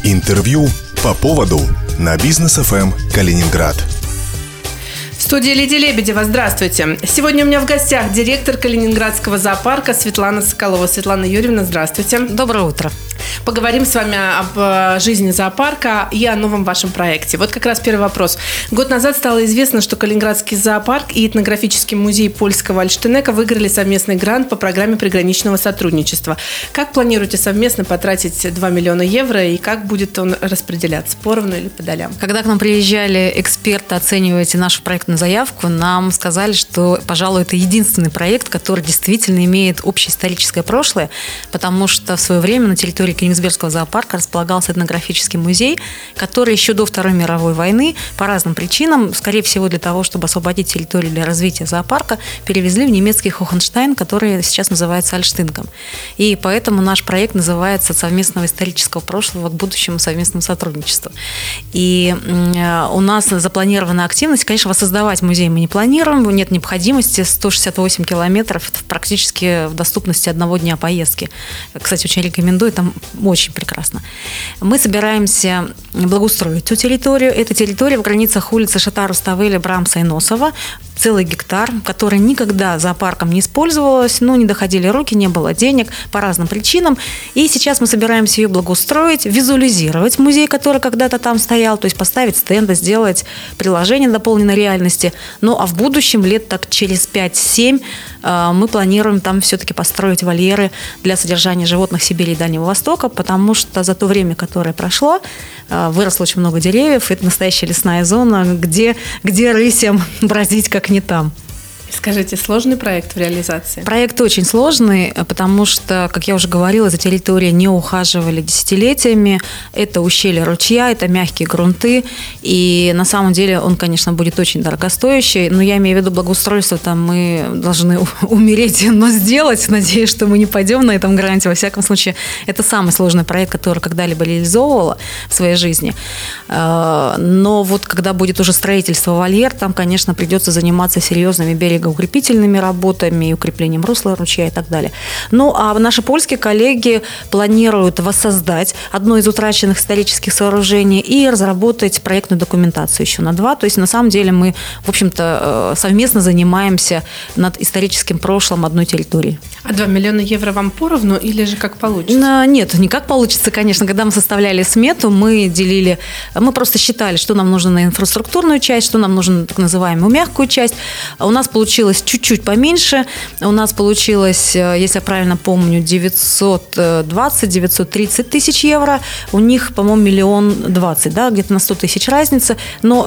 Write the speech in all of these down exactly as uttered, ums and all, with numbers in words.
Интервью по поводу на Бизнес эф эм Калининград. В студии Лидия Лебедева. Здравствуйте. Сегодня у меня в гостях директор Калининградского зоопарка Светлана Соколова. Светлана Юрьевна, здравствуйте. Доброе утро. Поговорим с вами об жизни зоопарка и о новом вашем проекте. Вот как раз первый вопрос. Год назад стало известно, что Калининградский зоопарк и этнографический музей польского Альштенека выиграли совместный грант по программе приграничного сотрудничества. Как планируете совместно потратить два миллиона евро и как будет он распределяться, поровну или по долям? Когда к нам приезжали эксперты оценивать нашу проектную заявку, нам сказали, что, пожалуй, это единственный проект, который действительно имеет общеисторическое прошлое, потому что в свое время на территории Кенигсбергского зоопарка располагался этнографический музей, который еще до Второй мировой войны по разным причинам, скорее всего для того, чтобы освободить территорию для развития зоопарка, перевезли в немецкий Хохенштайн, который сейчас называется Альштинком. И поэтому наш проект называется «От совместного исторического прошлого к будущему совместному сотрудничеству». И у нас запланирована активность. Конечно, воссоздавать музей мы не планируем, нет необходимости. сто шестьдесят восемь километров – это практически в доступности одного дня поездки. Кстати, очень рекомендую, там очень прекрасно. Мы собираемся благоустроить эту территорию. Эта территория в границах улицы Шата-Руставели, Брамса и Носова. Целый гектар, который никогда зоопарком не использовалась, но не доходили руки, не было денег по разным причинам. И сейчас мы собираемся ее благоустроить, визуализировать музей, который когда-то там стоял, то есть поставить стенды, сделать приложение дополненной реальности. Ну а в будущем, лет так через пять-семь, мы планируем там все-таки построить вольеры для содержания животных Сибири и Дальнего Востока, потому что за то время, которое прошло, выросло очень много деревьев. Это настоящая лесная зона, где, где рысям бродить, как не там. Скажите, сложный проект в реализации? Проект очень сложный, потому что, как я уже говорила, за территорией не ухаживали десятилетиями. Это ущелье ручья, это мягкие грунты. И на самом деле он, конечно, будет очень дорогостоящий. Но я имею в виду благоустройство, там мы должны умереть, но сделать. Надеюсь, что мы не пойдем на этом гранте. Во всяком случае, это самый сложный проект, который когда-либо реализовывала в своей жизни. Но вот когда будет уже строительство вольер, там, конечно, придется заниматься серьезными берегами, укрепительными работами, укреплением русла ручья и так далее. Ну, а наши польские коллеги планируют воссоздать одно из утраченных исторических сооружений и разработать проектную документацию еще на два. То есть, на самом деле, мы, в общем-то, совместно занимаемся над историческим прошлым одной территории. А два миллиона евро вам поровну или же как получится? Нет, не как получится, конечно. Когда мы составляли смету, мы делили, мы просто считали, что нам нужно на инфраструктурную часть, что нам нужно на так называемую мягкую часть. У нас получилось Получилось чуть-чуть поменьше. У нас получилось, если я правильно помню, девятьсот двадцать - девятьсот тридцать тысяч евро. У них, по-моему, миллион двадцать, да, где-то на сто тысяч разница. Но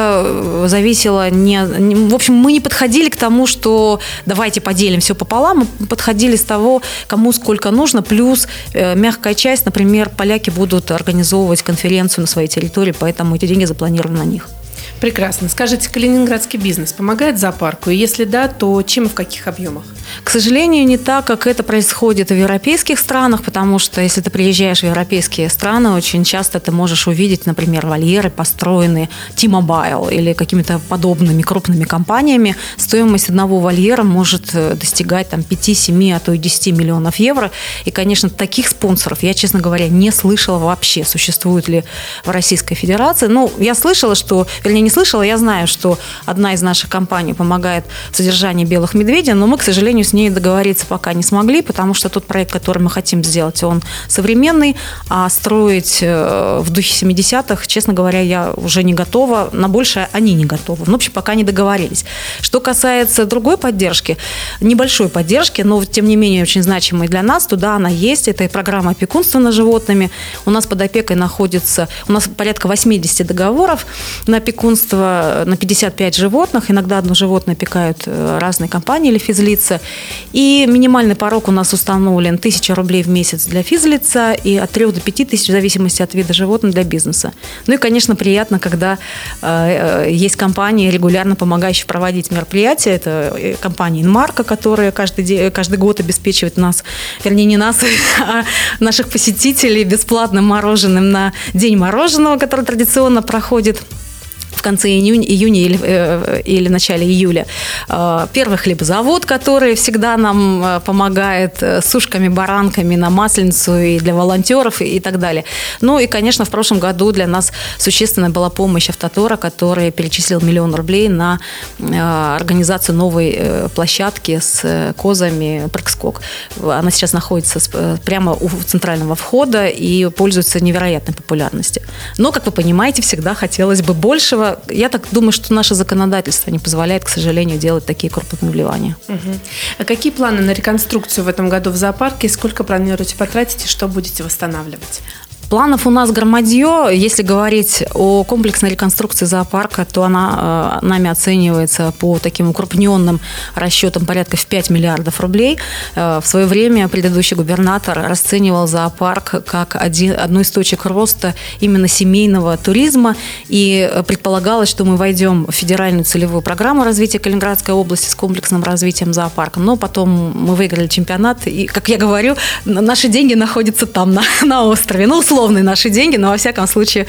это зависело не... В общем, мы не подходили к тому, что давайте поделим все пополам. Мы подходили с того, кому сколько нужно. Плюс мягкая часть, например, поляки будут организовывать конференцию на своей территории, поэтому эти деньги запланированы на них. Прекрасно. Скажите, калининградский бизнес помогает зоопарку? И если да, то чем и в каких объемах? К сожалению, не так, как это происходит в европейских странах, потому что если ты приезжаешь в европейские страны, очень часто ты можешь увидеть, например, вольеры, построенные T-Mobile или какими-то подобными крупными компаниями. Стоимость одного вольера может достигать там, пять-семь, а то и десять миллионов евро. И, конечно, таких спонсоров я, честно говоря, не слышала вообще, существуют ли в Российской Федерации. Ну, я слышала, что, вернее, не слышала, я знаю, что одна из наших компаний помогает в содержании белых медведей, но мы, к сожалению, с ней договориться пока не смогли, потому что тот проект, который мы хотим сделать, он современный, а строить в духе семидесятых, честно говоря, я уже не готова, на большее они не готовы. Ну, в общем, пока не договорились. Что касается другой поддержки, небольшой поддержки, но, тем не менее, очень значимой для нас, то да, она есть, это и программа опекунства над животными. У нас под опекой находится, у нас порядка восемьдесят договоров на опекунство на пятьдесят пять животных. Иногда одно животное опекают разные компании или физлица. И минимальный порог у нас установлен тысяча рублей в месяц для физлица и от трёх до пяти тысяч в зависимости от вида животных для бизнеса. Ну и, конечно, приятно, когда э, есть компании, регулярно помогающие проводить мероприятия. Это компания Инмарко, которая каждый, день, каждый год обеспечивает нас, вернее, не нас, а наших посетителей бесплатным мороженым на День мороженого, который традиционно проходит конце июня, июня или, э, или начале июля. Э, первый хлебозавод, который всегда нам помогает с сушками, баранками на Масленицу и для волонтеров и, и так далее. Ну и, конечно, в прошлом году для нас существенная была помощь Автотора, который перечислил миллион рублей на э, организацию новой э, площадки с э, козами «Прыг-скок». Она сейчас находится с, э, прямо у центрального входа и пользуется невероятной популярностью. Но, как вы понимаете, всегда хотелось бы большего. Я так думаю, что наше законодательство не позволяет, к сожалению, делать такие крупные вливания. Угу. А какие планы на реконструкцию в этом году в зоопарке? Сколько планируете потратить и что будете восстанавливать? Планов у нас громадье. Если говорить о комплексной реконструкции зоопарка, то она э, нами оценивается по таким укрупненным расчетам порядка в пять миллиардов рублей. Э, в свое время предыдущий губернатор расценивал зоопарк как один, одну из точек роста именно семейного туризма. И предполагалось, что мы войдем в федеральную целевую программу развития Калининградской области с комплексным развитием зоопарка. Но потом мы выиграли чемпионат. И, как я говорю, наши деньги находятся там, на, на острове. Ну, условные наши деньги, но во всяком случае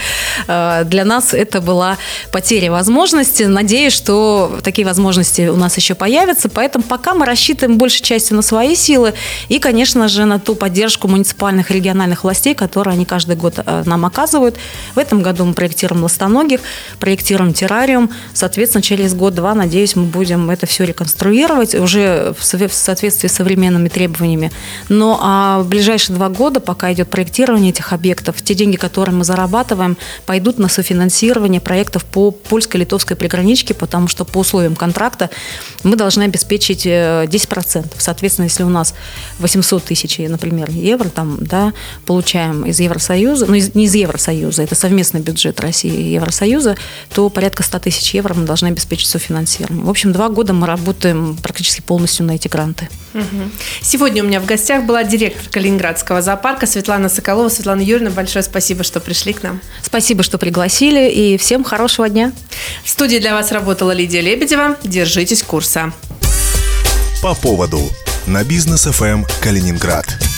для нас это была потеря возможности. Надеюсь, что такие возможности у нас еще появятся, поэтому пока мы рассчитываем большей частью на свои силы и, конечно же, на ту поддержку муниципальных и региональных властей, которые они каждый год нам оказывают. В этом году мы проектируем ластоногих, проектируем террариум. Соответственно, через год-два, надеюсь, мы будем это все реконструировать уже в соответствии с современными требованиями. Но а в ближайшие два года, пока идет проектирование этих объектов, те деньги, которые мы зарабатываем, пойдут на софинансирование проектов по польско-литовской приграничке, потому что по условиям контракта мы должны обеспечить десять процентов. Соответственно, если у нас восемьсот тысяч, например, евро, там, да, получаем из Евросоюза, ну, из, не из Евросоюза, это совместный бюджет России и Евросоюза, то порядка сто тысяч евро мы должны обеспечить софинансирование. В общем, два года мы работаем практически полностью на эти гранты. Угу. Сегодня у меня в гостях была директор Калининградского зоопарка Светлана Соколова. Светлана Юрьевна, большое спасибо, что пришли к нам. Спасибо, что пригласили, и всем хорошего дня. В студии для вас работала Лидия Лебедева. Держитесь курса. По поводу на Бизнес эф эм Калининград.